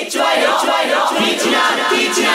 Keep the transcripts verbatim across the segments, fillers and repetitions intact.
エイチワイ のティーチナーティーチナー。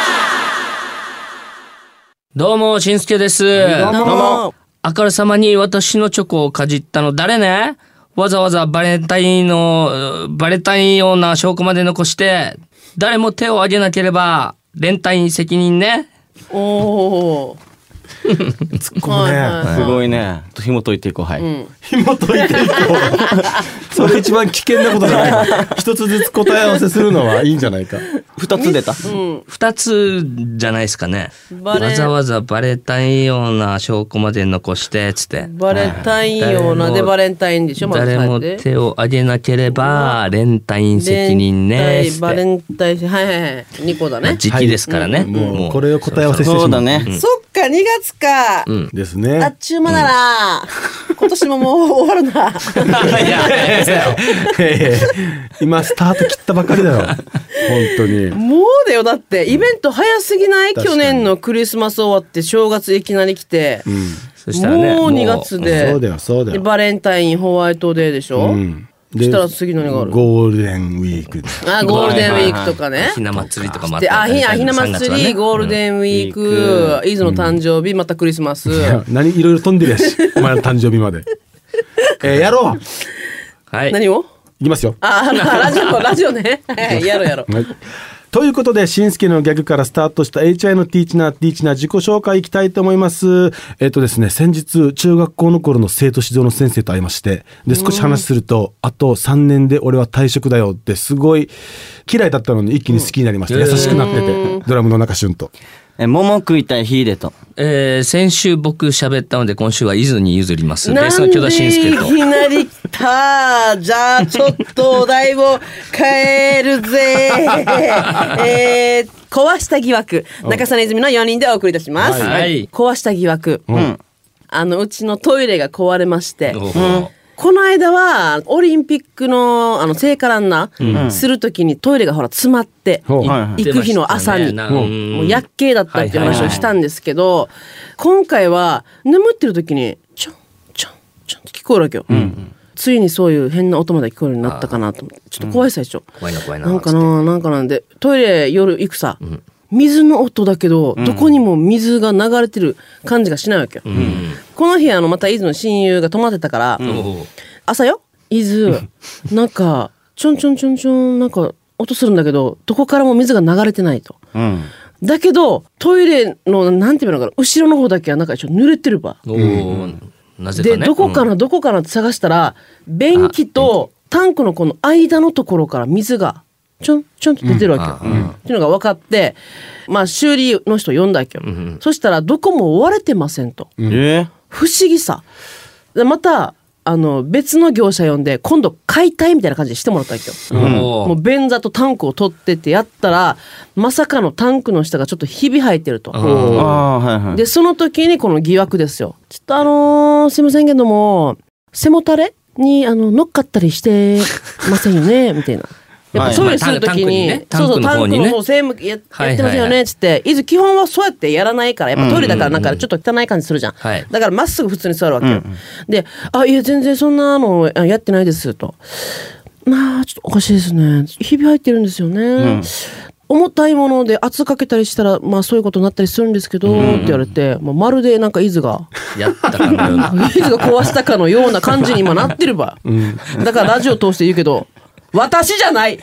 どうもしんすけです。 どうも。 あからさまに私のチョコをかじったの誰ね。わざわざバレンタインのバレンタインような証拠まで残して誰も手を挙げなければ連帯責任ね。 おお。 突っ込むね、 はいはいはい、 すごいね。紐解いていこう。はい、うん、 紐解いていこうそれ一番危険なことじゃないか。一つずつ答え合わせするのはいいんじゃないか。 二つ出た、 うん、二つじゃないですかね。わざわざバレンタインような証拠まで残してつってバレンタインようなでバレンタインでしょ。 誰も手を挙げなければ連帯責任ね。 バレンタインはいはいはいにこだね。 時期ですからね、はい、 もう、もうこれを答え合わせしてしまう。 そうだね、 うん、そっかにがつか、 うん、ですね。 あっちゅう間だな、うん、今年ももう終わるな。いやいや今スタート切ったばかりだよ本当に。 もうだよ。だってイベント早すぎない？去年のクリスマス終わって正月いきなり来て、うん、そしたらね、もうにがつで、 そうだよそうだよ。 でバレンタインホワイトデーでしょ、うん、そしたら次何がある？ ゴールデンウィーク。 あ、ゴールデンウィークとかね、 ひな祭りとかもあって、 あ、ひな祭り、ゴールデンウィーク、伊豆の誕生日、またクリスマス、 何いろいろ飛んでるやしお前の誕生日までえー、やろう。 はい、 何をいきますよ。 あ、ラジオラジオねやろうやろう、はい。 ということで、しんすけのギャグからスタートした エイチアイ のティーチナーティーチナー自己紹介いきたいと思います。えっとですね、先日中学校の頃の生徒指導の先生と会いまして、で少し話すると、あとさんねんで俺は退職だよってすごい嫌いだったのに一気に好きになりました。優しくなってて、ドラムの中旬と。 え、桃食いたいヒーデと。 えー、先週僕喋ったので今週は伊豆に譲ります。ベースの巨大しんすけと。 いきなり来た。じゃあちょっとお題を変えるぜ。えー、壊した疑惑、中曽根泉のよにんでお送りいたします、はい、壊した疑惑、うん、あのうちのトイレが壊れまして、うん、この間はオリンピック の, あの聖火ランナーするときにトイレがほら詰まって、うん、行く日の朝に、ね、もう薬系だったっていう話をしたんですけど、はいはいはい、今回は眠ってる時にちょんちょんちょんって聞こえるわけよ、うん、ついにそういう変な音まで聞こえるようになったかなと思って、ちょっと怖い最初、うん、 怖いな怖いななんかななんかなんでトイレ夜行くさ、うん、水の音だけど、うん、どこにも水が流れてる感じがしないわけよ、うん、この日あのまた伊豆の親友が泊まってたから、うん、朝よ伊豆なんかちょんちょんちょんちょんなんか音するんだけどどこからも水が流れてないと、うん、だけどトイレのなんていうのかな後ろの方だけはなんかちょっと濡れてるば、うん、なぜかね、でどこかなどこかなって探したら便器とタンクのこの間のところから水がちょんちょんと出てるわけよ、うん、っていうのが分かって、まあ修理の人呼んだわけよ、うん、そしたらどこも割れてませんと、うん、不思議さでまたあの別の業者呼んで今度解体みたいな感じでしてもらったわけよ、うん、もう便座とタンクを取ってってやったらまさかのタンクの下がちょっとひび入ってると、あ、はいはい、でその時にこの疑惑ですよ。ちょっとあのー、すいませんけども背もたれにあの乗っかったりしてませんよねみたいな。やっぱトイレするときに、はい、そうそうタンクの方全部 や, やってませんよねっつって、伊豆基本はそうやってやらないからやっぱトイレだからなんかちょっと汚い感じするじゃん、うんうんうん、だからまっすぐ普通に座るわけよ、うんうん、であいや全然そんなのやってないですと、まあちょっとおかしいですねひび入ってるんですよね、うん、重たいもので圧かけたりしたらまあそういうことになったりするんですけど、うんうん、って言われて、まあ、まるでなんか伊豆がやったかのような伊豆が壊したかのような感じに今なってるば、うん、だからラジオ通して言うけど私じゃない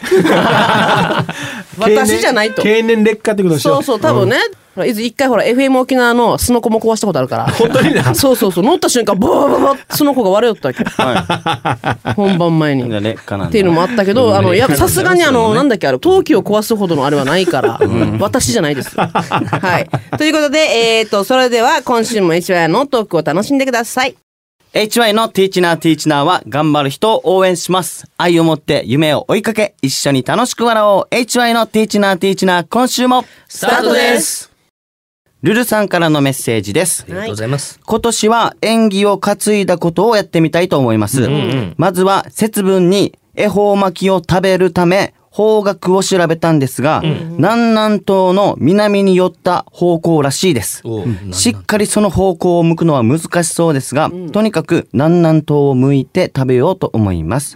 私じゃないと経年劣化ってことでしょ。 そうそう多分ね、うん、いず一回ほら エフエム 沖縄のすのこも壊したことあるから本当になそうそうそう乗った瞬間ボーボーボーすのこが割れよったわけ、はい、本番前にっていうのもあったけどあのやさすがにあのなんだっけある陶器を壊すほどのあれはないから、うん、私じゃないですはいということでえーとそれでは今週もエイチワイのトークを楽しんでください。 エイチワイ のティーチナーティーチナーは頑張る人を応援します。愛を持って夢を追いかけ一緒に楽しく笑おう。 エイチワイ のティーチナーティーチナー今週もスタートです。 ルルさんからのメッセージです。 ありがとうございます。 今年は縁起を担いだことをやってみたいと思います、うんうん、まずは節分に恵方巻きを食べるため方角を調べたんですが、うん、南南東の南に寄った方向らしいです。しっかりその方向を向くのは難しそうですが、うん、とにかく南南東を向いて食べようと思います、うん、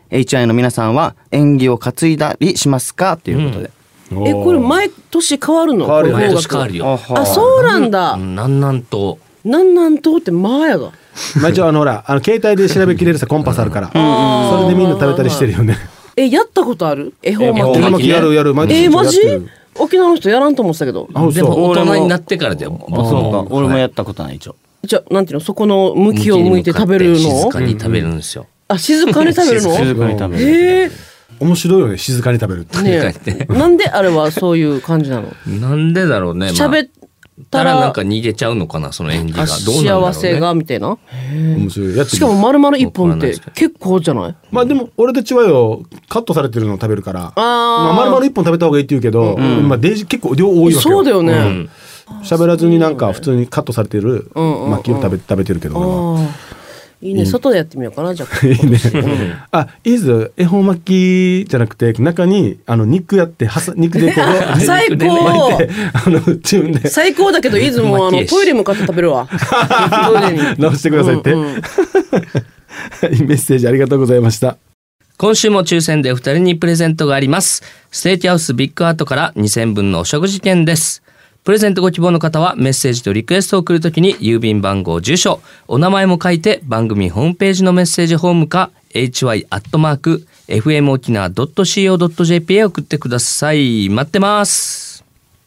エイチアイ の皆さんは縁起を担いだりしますかということで、 うん、えこれ毎年変わるの？ 変わるよ毎年変わるよ。 あそうなんだ。 うん、なんなんとなんなんとってまあやがまあ一応あのほらあの携帯で調べきれるさコンパスあるから、うん、それでみんな食べたりしてるよね。 えやったことある？恵方巻き。 恵方巻きやるやる毎年えマジやってる。 沖縄の人やらんと思ってたけど。 でも大人になってからだよ。 そうか俺もやったことない一応。 じゃあなんていうのそこの向きを向いて食べるの？ 静かに食べるんですよ。 あ静かに食べるの？ 静かに食べる。 へえ。 面白いよね静かに食べるって。 ねなんであれはそういう感じなの？ なんでだろうね。 喋ったらなんか逃げちゃうのかなその縁起が。どうなんだろうね。 幸せがみたいな。 面白いやつ。 しかも丸々一本って結構じゃない？ まあでも俺たちはよカットされてるのを食べるから、 あまあ丸々一本食べた方がいいって言うけど、うんまあデイジ結構量多いわけよ。 そうだよね。 喋、うん、らずになんか普通にカットされてる巻きを食べ食べてるけど俺は。 いいね、外でやってみようかなじゃあ。 いいね。あ、いいぞ。恵方巻きじゃなくて中にあの肉やってはさ肉でこう最高。 巻いてあの自分で最高だけどいつもあのトイレ向かって食べるわ。トイレに直してくださいって。うんうん、メッセージありがとうございました。 今週も抽選でふたりにプレゼントがあります。ステーキハウスビッグアートからにせんぶんのお食事券です。プレゼントご希望の方はメッセージとリクエストを送るときに郵便番号住所お名前も書いて番組ホームページのメッセージホームか エイチワイ アットマーク エフエム 沖縄 ドット シーオー ドット ジェーピー へ送ってください。待ってます。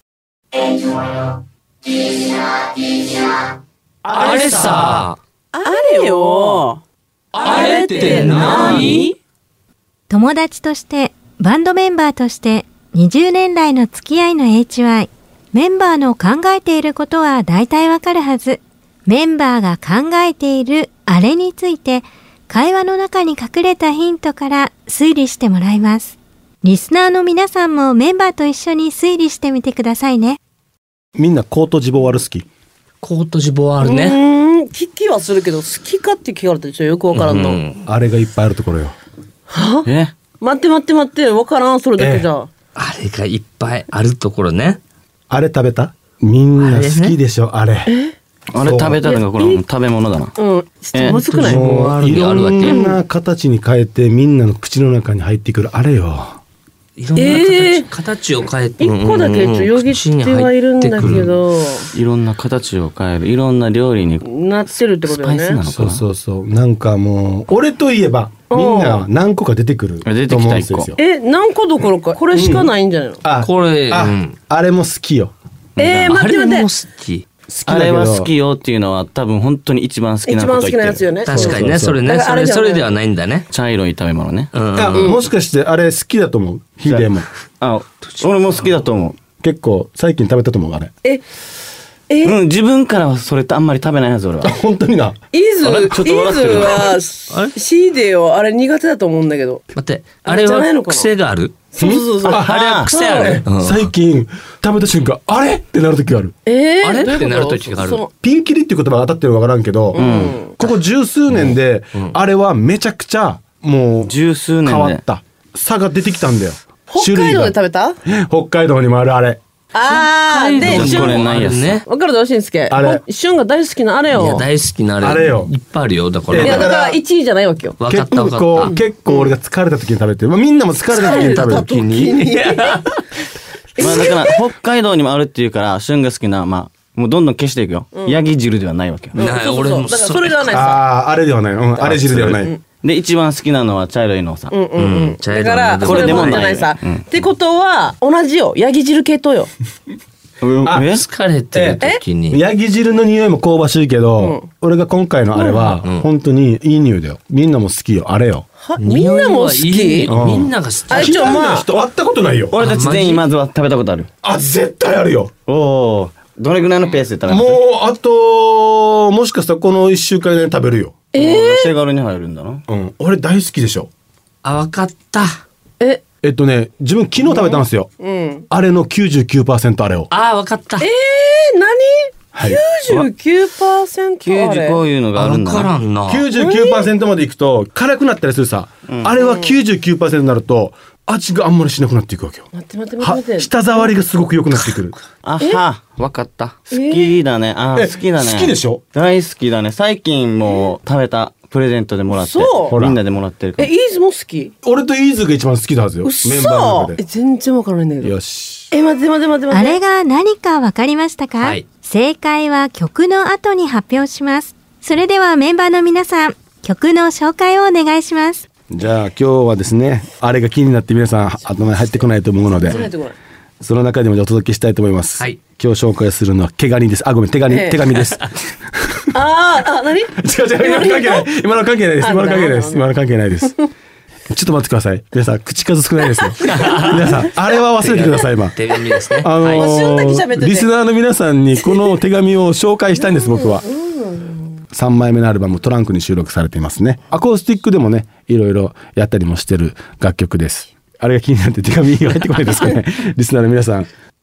あれさあれよあれって何？ 友達としてバンドメンバーとしてにじゅうねん来の付き合いの エイチワイ。 メンバーの考えていることは大体わかるはず。メンバーが考えているあれについて会話の中に隠れたヒントから推理してもらいます。リスナーの皆さんもメンバーと一緒に推理してみてくださいね。 みんなコートジボワール好き？ コートジボワールね。 うーん聞きはするけど好きかって聞かれたらちょっとよくわからんの、うん、 あれがいっぱいあるところよ。 はえ待って待って待ってわからんそれだけじゃ、 あれがいっぱいあるところね。 あれ食べた？みんな好きでしょあれ、ね、 あれ食べたのがこれ食べ物だな。 うんむずくない？ もういろんな形に変えてみんなの口の中に入ってくるあれよ。 いろんな形、えー、形を変えて一個だけちょっとよぎってはいるんだけどいろんな形を変えるいろんな料理になってるってことよね。 スパイスなのかな。 そうそうそうなんかもう俺といえばみんな何個か出てくると思うんですよ。 え何個どころかこれしかないんじゃないの？うん、 あこれあ、うん、あれも好きよ。 えー、待って待って。 あれも好き。 あれは好きよっていうのは多分本当に一番好きなこと言ってる。 一番好きなやつよね。 確かにねそれねそれそれではないんだね。 茶色い食べ物ね。 うん、あもしかしてあれ好きだと思う？ヒデも。 あ俺も好きだと思う。 結構最近食べたと思うあれ。 ええうん自分からはそれってあんまり食べないはず俺は。 本当にな。 イズイズはシーデよあれ苦手だと思うんだけど。 待ってあれは癖がある？ そうそうそう。 あれは癖ある。 最近食べた瞬間あれってなる時がある。 えー、 あれってなる時がある。 ピンキリっていう言葉が当たってるか分からんけど、うん、ここ十数年で、うん、あれはめちゃくちゃもう十数年で変わった差が出てきたんだよ。 北海道で食べた？ 北海道にもあるあれ。 あーでこれないやつね。 わかるでしんすけ。あれ旬が大好きなあれよ。 いや大好きなあれ。 あれよ。 いっぱいあるよだから。 いやだからいちいじゃないわけよ。 わかったわかった。 結構俺が疲れた時に食べてる。まあみんなも疲れた時に食べる時に。 まあだから北海道にもあるっていうから旬が好きなまあもうどんどん消していくよ。ヤギ汁ではないわけよ。 俺もだからそれではないさ。 あああれではない。うんあれ汁ではない。 で一番好きなのは茶色いのさ。 うんうんうん。だからこれでもないさ。ってことは同じよヤギ汁系統よ。 あ疲れてる時にヤギ汁の匂いも香ばしいけど、うん、俺が今回のあれは、うん、本当にいい匂いだよ。みんなも好きよあれよ。 みんなも好き。 うん、みんなが好き。 あ嫌いな人会ったことないよ。 俺たち全員まずは食べたことある。 あ絶対あるよ。 おおどれぐらいのペースで食べる？ もうあともしかしたらこのいっしゅうかんで食べるよ。 えー、 手軽に入るんだな。 うん俺大好きでしょ。 あわかった。 ええっとね自分昨日食べたんですよ、うん、あれの きゅうじゅうきゅうパーセント あれを。 あーわかった。 えー、何、はい、きゅうじゅうきゅうパーセント あれこういうのがあるんだな。 わからんな。 きゅうじゅうきゅうパーセント までいくと辛くなったりするさ、うん、あれは きゅうじゅうきゅうパーセント になると味があんまりしなくなっていくわけよ。 待って待って待って。 舌触りがすごく良くなってくる。 あはわかった。好きだね。あ好きだね。 好きでしょ？ 大好きだね。最近も食べたプレゼントでもらってそうみんなでもらってるかえ、 ら。 イーズも好き？ 俺とイーズが一番好きだはずよ。 うっそメンバーの中え、 で。 全然わからないんだけど。 よし。 え、待って待って待って待って。 あれが何かわかりましたか？ はい正解は曲の後に発表します。それではメンバーの皆さん、曲の紹介をお願いします。 じゃあ今日はですね、あれが気になって皆さん頭に入ってこないと思うので、 それやってこない。 その中でもお届けしたいと思います。 はい今日紹介するのは毛ガニです。あ、ごめん、手ガニ、 ええ手紙です。 あー、あ、何？ 違う違う、今の関係ない。今の関係ないです。今の関係ないです。今の関係ないです。ちょっと待ってください。皆さん、口数少ないですよ。皆さん、あれは忘れてください、今。 手紙ですね。 あのはいもう瞬だけ喋ってー、 てリスナーの皆さんにこの手紙を紹介したいんです、僕は。さんまいめのアルバムトランクに収録されていますね。アコースティックでもね、いろいろやったりもしてる楽曲です。あれが気になって手紙が入ってこないですかね。リスナーの皆さん。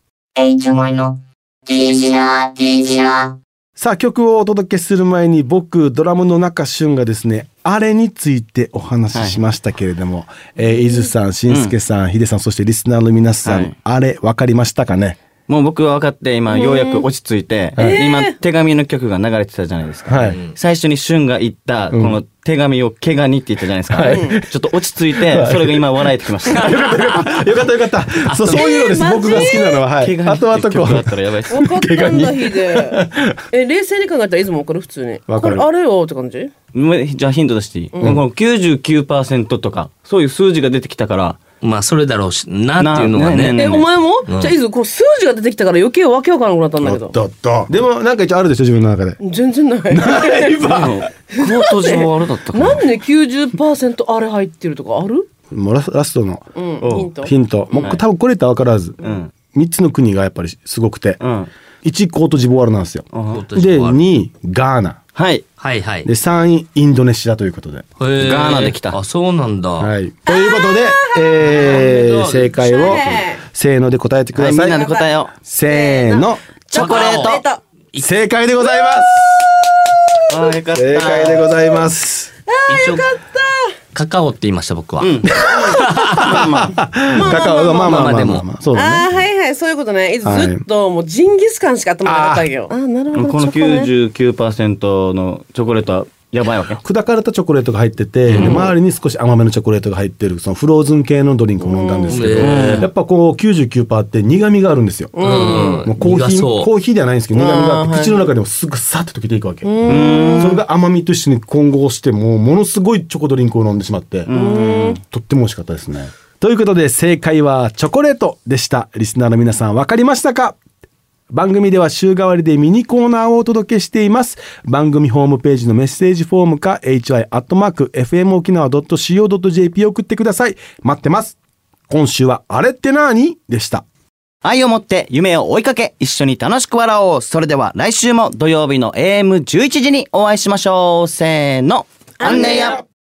さあ、曲をお届けする前に僕ドラムの中俊がですね、あれについてお話ししましたけれども、えー、伊豆さん、しんすけさん、ヒデさん、そしてリスナーの皆さん、 はいあれ分かりましたかね。 もう僕は分かって今ようやく落ち着いて、今手紙の曲が流れてたじゃないですか。 はい。 最初に俊が言ったこの手紙を毛ガニって言ったじゃないですか。ちょっと落ち着いてそれが今笑えてきました。 よかったよかったよかったよかった。そう、そういうのです。僕が好きなのは、はい。 毛ガニあとあとこって曲だったう。 らやばいです。 分かったんだ、ヒデ。え、冷静に考えたらいつも分かる、普通に。 わかるこれあれよって感じ？ もうじゃあヒント出していい、この きゅうじゅうきゅうパーセント とかそういう数字が出てきたからまあそれだろうしなっていうのがね。 なねねえ、お前も？じゃあいつこう数字が出てきたから余計わけわからなくなったんだけど。 だった。でもなんか一応あるでしょ、自分の中で。 全然ない。 コート上あれだったかな。 なんで きゅうじゅっパーセント あれ入ってるとかある？ もうラスラストのうん、ヒント。 ヒント。もう多分これって分からず、 んみっつの国がやっぱりすごくて、 うんいちコートジボワールなんですよ。 コートで、 ジボワールにガーナ。 はいはいはい。 で、さんいインドネシアということで。 へーガーナできたあ、そうなんだ。 はい。ということで、えー、正解をはいせーので答えてください。 はいみんなで答えよせーの。 チョコレート。 正解でございます。 う。あーよかった。 正解でございます。 一応カカオって言いました僕は。 まあまあカカオがまあまあまあまあまあでもまあ。そうだね。 ああ、はいはい、そういうことね。いつはいずっともうジンギスカンしか頭なかったわけよ。ああー、なるほど。 このチョコねきゅうじゅうきゅうパーセント のチョコレートはやばいわけ。 砕かれたチョコレートが入ってて、で周りに少し甘めのチョコレートが入ってるそのフローズン系のドリンクを飲んだんですけど、 うんやっぱこう きゅうじゅうきゅうパーセント って苦味があるんですよ。 うんもうコーヒー苦そうコーヒーではないんですけど苦味があっあーて口の中でもすぐさっと溶けていくわけ。それが甘みと一緒に混合してもうものすごいチョコドリンクを飲んでしまってとっても美味しかったですね。ということで正解はチョコレートでした。リスナーの皆さん分かりましたか？番組では週替わりでミニコーナーをお届けしています。番組ホームページのメッセージフォームか エイチワイ アットマーク エフエム 沖縄 ドットシーオー ドット ジェーピー を送ってください。待ってます。今週はあれってなーにでした。 愛を持って夢を追いかけ一緒に楽しく笑おう。それでは来週も土曜日の エーエムじゅういち 時にお会いしましょう。せーの。アンネや。